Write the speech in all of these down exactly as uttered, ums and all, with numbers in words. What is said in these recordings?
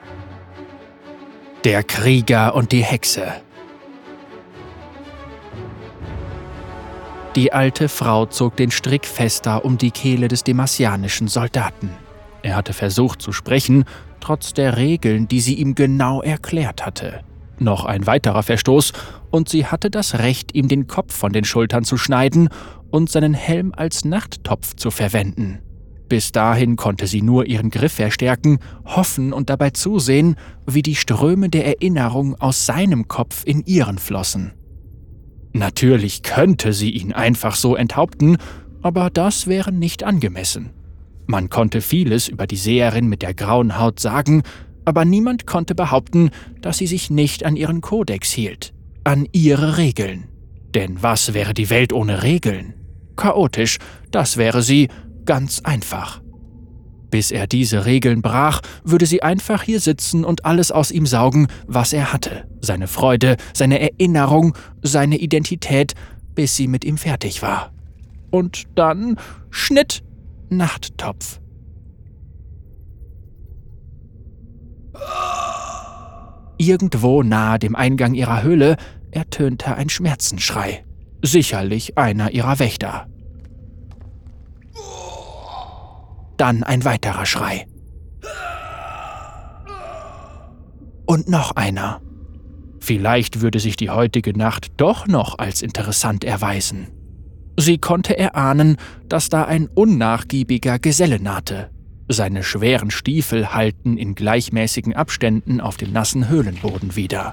Der Krieger und die Hexe. Die alte Frau zog den Strick fester um die Kehle des demassianischen Soldaten. Er hatte versucht zu sprechen, trotz der Regeln, die sie ihm genau erklärt hatte. Noch ein weiterer Verstoß, und sie hatte das Recht, ihm den Kopf von den Schultern zu schneiden und seinen Helm als Nachttopf zu verwenden. Bis dahin konnte sie nur ihren Griff verstärken, hoffen und dabei zusehen, wie die Ströme der Erinnerung aus seinem Kopf in ihren flossen. Natürlich könnte sie ihn einfach so enthaupten, aber das wäre nicht angemessen. Man konnte vieles über die Seherin mit der grauen Haut sagen, aber niemand konnte behaupten, dass sie sich nicht an ihren Kodex hielt, an ihre Regeln. Denn was wäre die Welt ohne Regeln? Chaotisch, das wäre sie, ganz einfach. Bis er diese Regeln brach, würde sie einfach hier sitzen und alles aus ihm saugen, was er hatte. Seine Freude, seine Erinnerung, seine Identität, bis sie mit ihm fertig war. Und dann Schnitt, Nachttopf. Irgendwo nahe dem Eingang ihrer Höhle ertönte ein Schmerzensschrei. Sicherlich einer ihrer Wächter. Dann ein weiterer Schrei. Und noch einer. Vielleicht würde sich die heutige Nacht doch noch als interessant erweisen. Sie konnte erahnen, dass da ein unnachgiebiger Geselle nahte. Seine schweren Stiefel hallten in gleichmäßigen Abständen auf dem nassen Höhlenboden wider.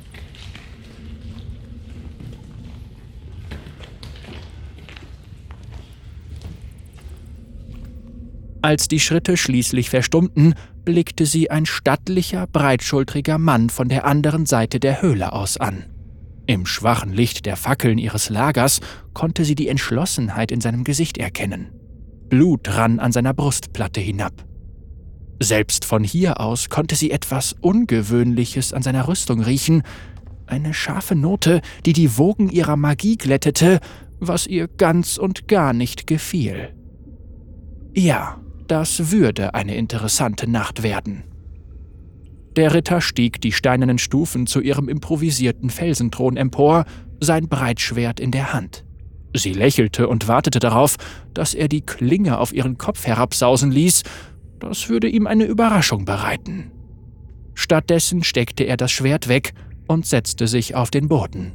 Als die Schritte schließlich verstummten, blickte sie ein stattlicher, breitschultriger Mann von der anderen Seite der Höhle aus an. Im schwachen Licht der Fackeln ihres Lagers konnte sie die Entschlossenheit in seinem Gesicht erkennen. Blut rann an seiner Brustplatte hinab. Selbst von hier aus konnte sie etwas Ungewöhnliches an seiner Rüstung riechen, eine scharfe Note, die die Wogen ihrer Magie glättete, was ihr ganz und gar nicht gefiel. Ja, das würde eine interessante Nacht werden. Der Ritter stieg die steinernen Stufen zu ihrem improvisierten Felsenthron empor, sein Breitschwert in der Hand. Sie lächelte und wartete darauf, dass er die Klinge auf ihren Kopf herabsausen ließ. Das würde ihm eine Überraschung bereiten. Stattdessen steckte er das Schwert weg und setzte sich auf den Boden.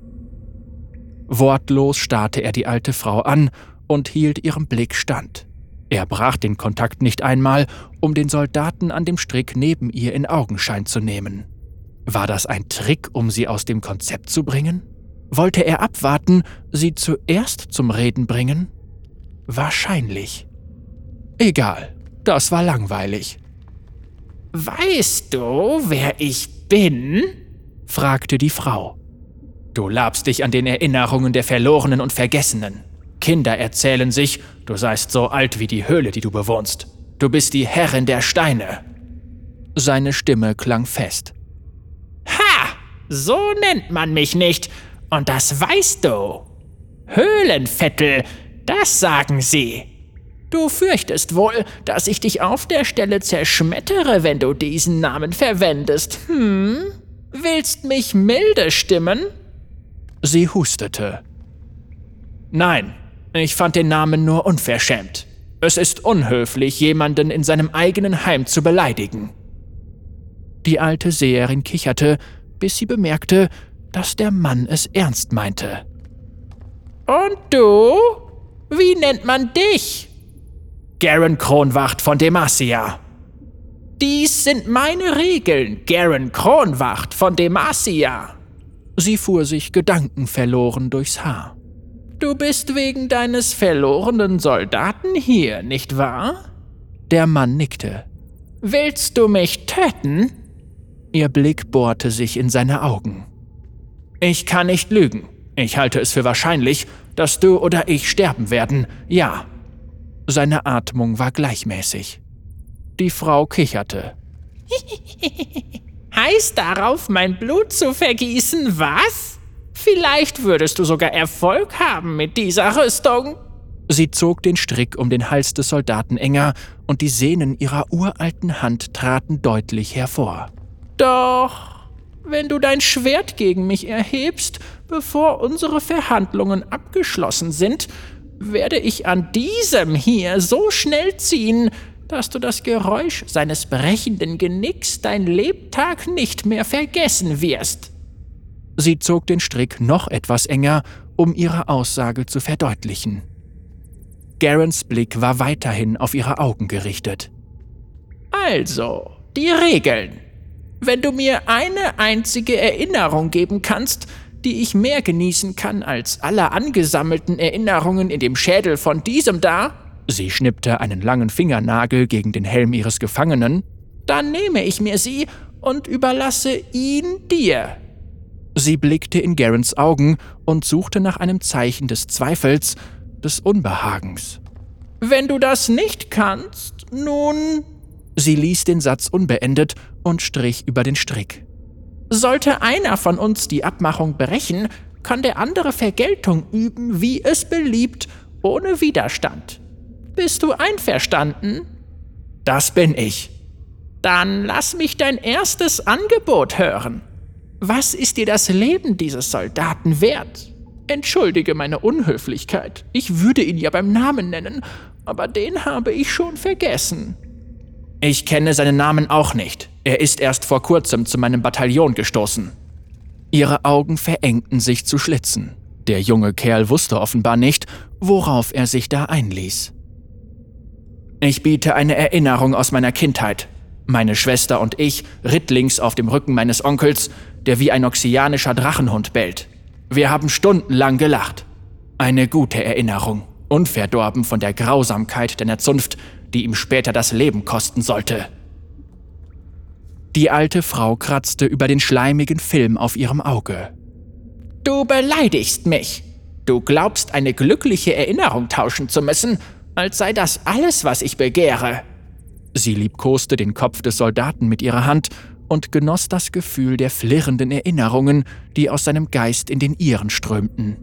Wortlos starrte er die alte Frau an und hielt ihrem Blick stand. Er brach den Kontakt nicht einmal, um den Soldaten an dem Strick neben ihr in Augenschein zu nehmen. War das ein Trick, um sie aus dem Konzept zu bringen? Wollte er abwarten, sie zuerst zum Reden bringen? Wahrscheinlich. Egal, das war langweilig. »Weißt du, wer ich bin?« fragte die Frau. »Du labst dich an den Erinnerungen der Verlorenen und Vergessenen. Kinder erzählen sich, du seist so alt wie die Höhle, die du bewohnst. Du bist die Herrin der Steine.« Seine Stimme klang fest. »Ha! So nennt man mich nicht. Und das weißt du. Höhlenvettel, das sagen sie. Du fürchtest wohl, dass ich dich auf der Stelle zerschmettere, wenn du diesen Namen verwendest. Hm? Willst mich milde stimmen?« Sie hustete. »Nein, ich fand den Namen nur unverschämt. Es ist unhöflich, jemanden in seinem eigenen Heim zu beleidigen.« Die alte Seherin kicherte, bis sie bemerkte, dass der Mann es ernst meinte. »Und du? Wie nennt man dich?« »Garen Kronwacht von Demacia.« »Dies sind meine Regeln, Garen Kronwacht von Demacia.« Sie fuhr sich gedankenverloren durchs Haar. »Du bist wegen deines verlorenen Soldaten hier, nicht wahr?« Der Mann nickte. »Willst du mich töten?« Ihr Blick bohrte sich in seine Augen. »Ich kann nicht lügen. Ich halte es für wahrscheinlich, dass du oder ich sterben werden, ja.« Seine Atmung war gleichmäßig. Die Frau kicherte. »Heiß darauf, mein Blut zu vergießen, was? Vielleicht würdest du sogar Erfolg haben mit dieser Rüstung.« Sie zog den Strick um den Hals des Soldaten enger, und die Sehnen ihrer uralten Hand traten deutlich hervor. Doch, wenn du dein Schwert gegen mich erhebst, bevor unsere Verhandlungen abgeschlossen sind, werde ich an diesem hier so schnell ziehen, dass du das Geräusch seines brechenden Genicks dein Lebtag nicht mehr vergessen wirst. Sie zog den Strick noch etwas enger, um ihre Aussage zu verdeutlichen. Garens Blick war weiterhin auf ihre Augen gerichtet. Also, die Regeln. Wenn du mir eine einzige Erinnerung geben kannst, die ich mehr genießen kann als alle angesammelten Erinnerungen in dem Schädel von diesem da, sie schnippte einen langen Fingernagel gegen den Helm ihres Gefangenen, dann nehme ich mir sie und überlasse ihn dir. Sie blickte in Garens Augen und suchte nach einem Zeichen des Zweifels, des Unbehagens. Wenn du das nicht kannst, nun… Sie ließ den Satz unbeendet und strich über den Strick. Sollte einer von uns die Abmachung brechen, kann der andere Vergeltung üben, wie es beliebt, ohne Widerstand. Bist du einverstanden? Das bin ich. Dann lass mich dein erstes Angebot hören. Was ist dir das Leben dieses Soldaten wert? Entschuldige meine Unhöflichkeit. Ich würde ihn ja beim Namen nennen, aber den habe ich schon vergessen. Ich kenne seinen Namen auch nicht. Er ist erst vor kurzem zu meinem Bataillon gestoßen. Ihre Augen verengten sich zu Schlitzen. Der junge Kerl wusste offenbar nicht, worauf er sich da einließ. Ich biete eine Erinnerung aus meiner Kindheit. Meine Schwester und ich, rittlings auf dem Rücken meines Onkels, der wie ein oxianischer Drachenhund bellt. Wir haben stundenlang gelacht. Eine gute Erinnerung, unverdorben von der Grausamkeit deiner Zunft, die ihm später das Leben kosten sollte. Die alte Frau kratzte über den schleimigen Film auf ihrem Auge. Du beleidigst mich. Du glaubst, eine glückliche Erinnerung tauschen zu müssen, als sei das alles, was ich begehre. Sie liebkoste den Kopf des Soldaten mit ihrer Hand und genoss das Gefühl der flirrenden Erinnerungen, die aus seinem Geist in den ihren strömten.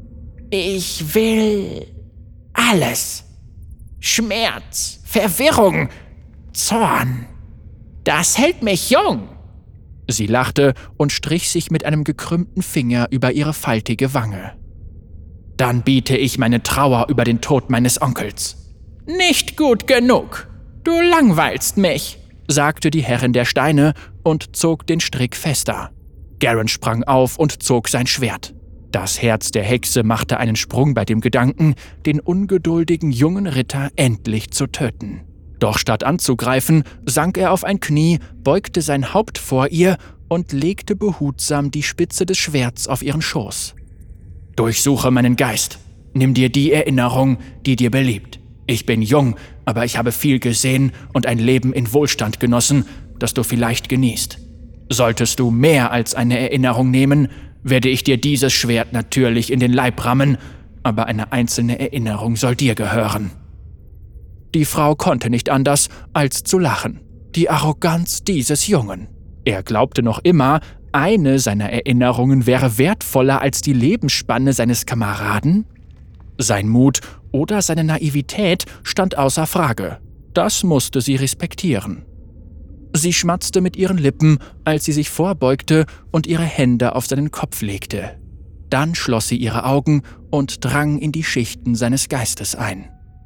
Ich will alles. Schmerz, Verwirrung, Zorn. Das hält mich jung. Sie lachte und strich sich mit einem gekrümmten Finger über ihre faltige Wange. Dann biete ich meine Trauer über den Tod meines Onkels. Nicht gut genug. Du langweilst mich, sagte die Herrin der Steine und zog den Strick fester. Garen sprang auf und zog sein Schwert. Das Herz der Hexe machte einen Sprung bei dem Gedanken, den ungeduldigen jungen Ritter endlich zu töten. Doch statt anzugreifen, sank er auf ein Knie, beugte sein Haupt vor ihr und legte behutsam die Spitze des Schwerts auf ihren Schoß. »Durchsuche meinen Geist. Nimm dir die Erinnerung, die dir beliebt. Ich bin jung, aber ich habe viel gesehen und ein Leben in Wohlstand genossen, das du vielleicht genießt. Solltest du mehr als eine Erinnerung nehmen, werde ich dir dieses Schwert natürlich in den Leib rammen, aber eine einzelne Erinnerung soll dir gehören.« Die Frau konnte nicht anders, als zu lachen. Die Arroganz dieses Jungen. Er glaubte noch immer, eine seiner Erinnerungen wäre wertvoller als die Lebensspanne seines Kameraden? Sein Mut oder seine Naivität stand außer Frage. Das musste sie respektieren. Sie schmatzte mit ihren Lippen, als sie sich vorbeugte und ihre Hände auf seinen Kopf legte. Dann schloss sie ihre Augen und drang in die Schichten seines Geistes ein.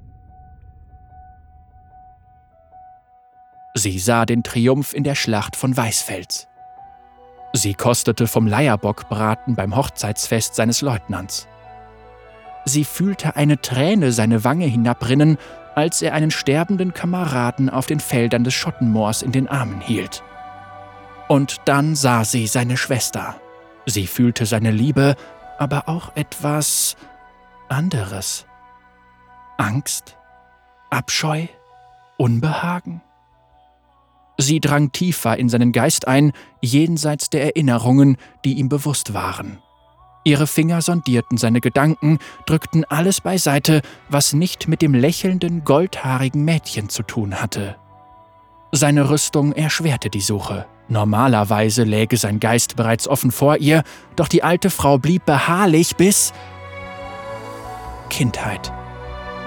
Sie sah den Triumph in der Schlacht von Weißfels. Sie kostete vom Leierbockbraten beim Hochzeitsfest seines Leutnants. Sie fühlte eine Träne seine Wange hinabrinnen, als er einen sterbenden Kameraden auf den Feldern des Schottenmoors in den Armen hielt. Und dann sah sie seine Schwester. Sie fühlte seine Liebe, aber auch etwas anderes. Angst, Abscheu, Unbehagen. Sie drang tiefer in seinen Geist ein, jenseits der Erinnerungen, die ihm bewusst waren. Ihre Finger sondierten seine Gedanken, drückten alles beiseite, was nicht mit dem lächelnden, goldhaarigen Mädchen zu tun hatte. Seine Rüstung erschwerte die Suche. Normalerweise läge sein Geist bereits offen vor ihr, doch die alte Frau blieb beharrlich bis Kindheit.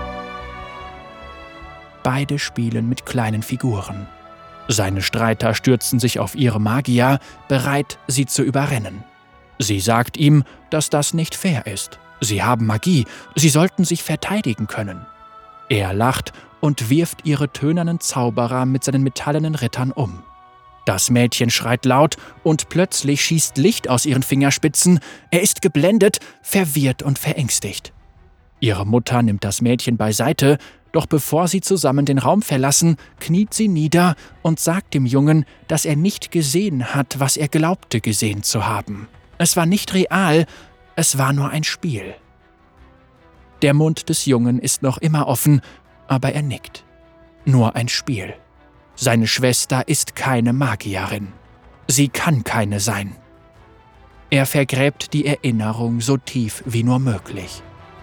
Beide spielen mit kleinen Figuren. Seine Streiter stürzen sich auf ihre Magier, bereit, sie zu überrennen. Sie sagt ihm, dass das nicht fair ist. Sie haben Magie, sie sollten sich verteidigen können. Er lacht und wirft ihre tönernen Zauberer mit seinen metallenen Rittern um. Das Mädchen schreit laut und plötzlich schießt Licht aus ihren Fingerspitzen. Er ist geblendet, verwirrt und verängstigt. Ihre Mutter nimmt das Mädchen beiseite, doch bevor sie zusammen den Raum verlassen, kniet sie nieder und sagt dem Jungen, dass er nicht gesehen hat, was er glaubte gesehen zu haben. Es war nicht real, es war nur ein Spiel. Der Mund des Jungen ist noch immer offen, aber er nickt. Nur ein Spiel. Seine Schwester ist keine Magierin. Sie kann keine sein. Er vergräbt die Erinnerung so tief wie nur möglich.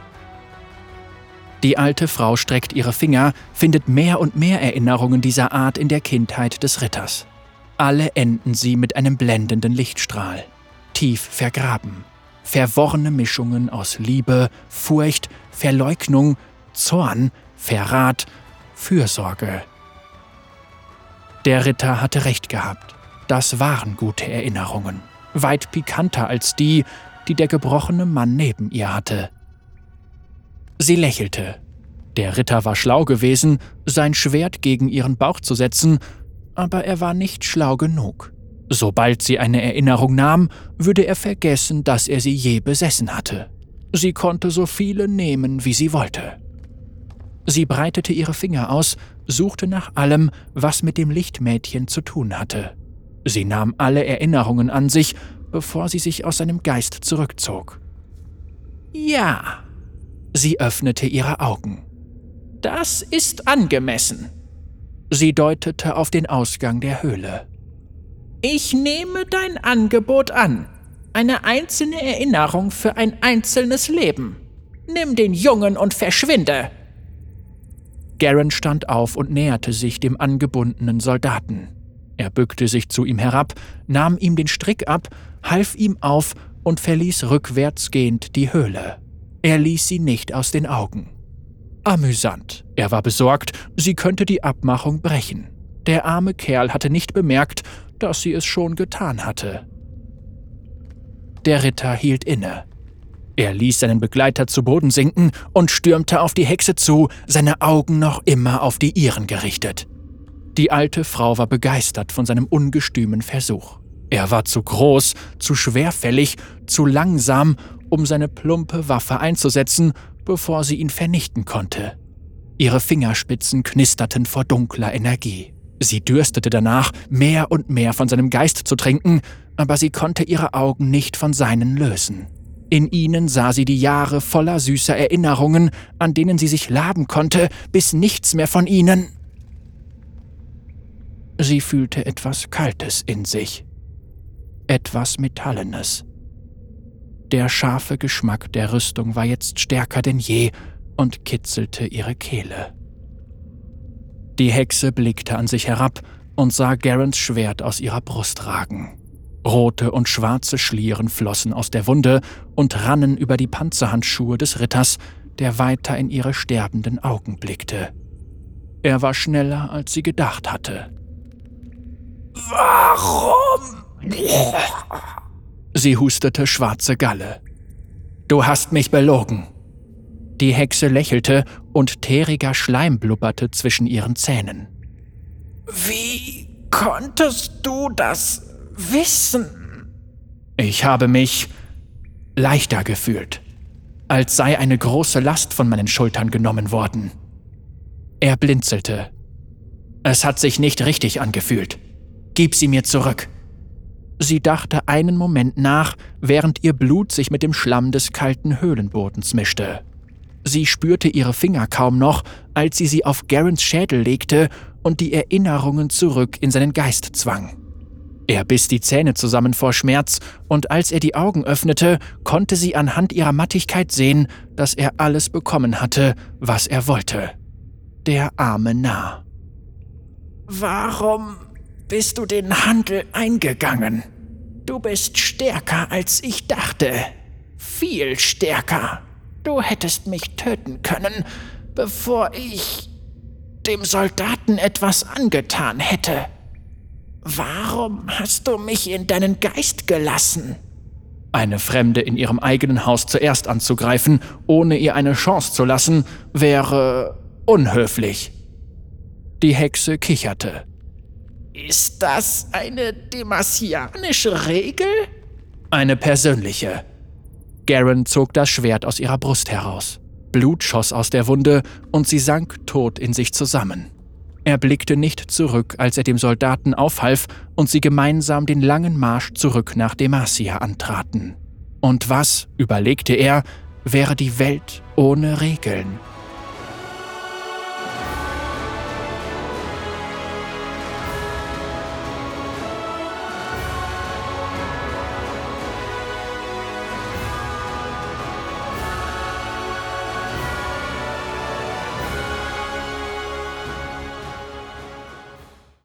Die alte Frau streckt ihre Finger, findet mehr und mehr Erinnerungen dieser Art in der Kindheit des Ritters. Alle enden sie mit einem blendenden Lichtstrahl. Tief vergraben. Verworrene Mischungen aus Liebe, Furcht, Verleugnung, Zorn, Verrat, Fürsorge. Der Ritter hatte recht gehabt. Das waren gute Erinnerungen. Weit pikanter als die, die der gebrochene Mann neben ihr hatte. Sie lächelte. Der Ritter war schlau gewesen, sein Schwert gegen ihren Bauch zu setzen, aber er war nicht schlau genug. Sobald sie eine Erinnerung nahm, würde er vergessen, dass er sie je besessen hatte. Sie konnte so viele nehmen, wie sie wollte. Sie breitete ihre Finger aus, suchte nach allem, was mit dem Lichtmädchen zu tun hatte. Sie nahm alle Erinnerungen an sich, bevor sie sich aus seinem Geist zurückzog. Ja, sie öffnete ihre Augen. Das ist angemessen. Sie deutete auf den Ausgang der Höhle. Ich nehme dein Angebot an. Eine einzelne Erinnerung für ein einzelnes Leben. Nimm den Jungen und verschwinde. Garen stand auf und näherte sich dem angebundenen Soldaten. Er bückte sich zu ihm herab, nahm ihm den Strick ab, half ihm auf und verließ rückwärts gehend die Höhle. Er ließ sie nicht aus den Augen. Amüsant. Er war besorgt, sie könnte die Abmachung brechen. Der arme Kerl hatte nicht bemerkt, dass sie es schon getan hatte. Der Ritter hielt inne. Er ließ seinen Begleiter zu Boden sinken und stürmte auf die Hexe zu, seine Augen noch immer auf die ihren gerichtet. Die alte Frau war begeistert von seinem ungestümen Versuch. Er war zu groß, zu schwerfällig, zu langsam, um seine plumpe Waffe einzusetzen, bevor sie ihn vernichten konnte. Ihre Fingerspitzen knisterten vor dunkler Energie. Sie dürstete danach, mehr und mehr von seinem Geist zu trinken, aber sie konnte ihre Augen nicht von seinen lösen. In ihnen sah sie die Jahre voller süßer Erinnerungen, an denen sie sich laben konnte, bis nichts mehr von ihnen. Sie fühlte etwas Kaltes in sich, etwas Metallenes. Der scharfe Geschmack der Rüstung war jetzt stärker denn je und kitzelte ihre Kehle. Die Hexe blickte an sich herab und sah Garens Schwert aus ihrer Brust ragen. Rote und schwarze Schlieren flossen aus der Wunde und rannen über die Panzerhandschuhe des Ritters, der weiter in ihre sterbenden Augen blickte. Er war schneller, als sie gedacht hatte. Warum? Sie hustete schwarze Galle. »Du hast mich belogen.« Die Hexe lächelte und täriger Schleim blubberte zwischen ihren Zähnen. »Wie konntest du das wissen?« Ich habe mich leichter gefühlt, als sei eine große Last von meinen Schultern genommen worden. Er blinzelte. Es hat sich nicht richtig angefühlt. Gib sie mir zurück. Sie dachte einen Moment nach, während ihr Blut sich mit dem Schlamm des kalten Höhlenbodens mischte. Sie spürte ihre Finger kaum noch, als sie sie auf Garens Schädel legte und die Erinnerungen zurück in seinen Geist zwang. Er biss die Zähne zusammen vor Schmerz, und als er die Augen öffnete, konnte sie anhand ihrer Mattigkeit sehen, dass er alles bekommen hatte, was er wollte. Der arme Narr. »Warum bist du den Handel eingegangen? Du bist stärker, als ich dachte. Viel stärker. Du hättest mich töten können, bevor ich...« dem Soldaten etwas angetan hätte. Warum hast du mich in deinen Geist gelassen? Eine Fremde in ihrem eigenen Haus zuerst anzugreifen, ohne ihr eine Chance zu lassen, wäre unhöflich. Die Hexe kicherte. Ist das eine demasianische Regel? Eine persönliche. Garen zog das Schwert aus ihrer Brust heraus. Blut schoss aus der Wunde und sie sank tot in sich zusammen. Er blickte nicht zurück, als er dem Soldaten aufhalf und sie gemeinsam den langen Marsch zurück nach Demacia antraten. Und was, überlegte er, wäre die Welt ohne Regeln?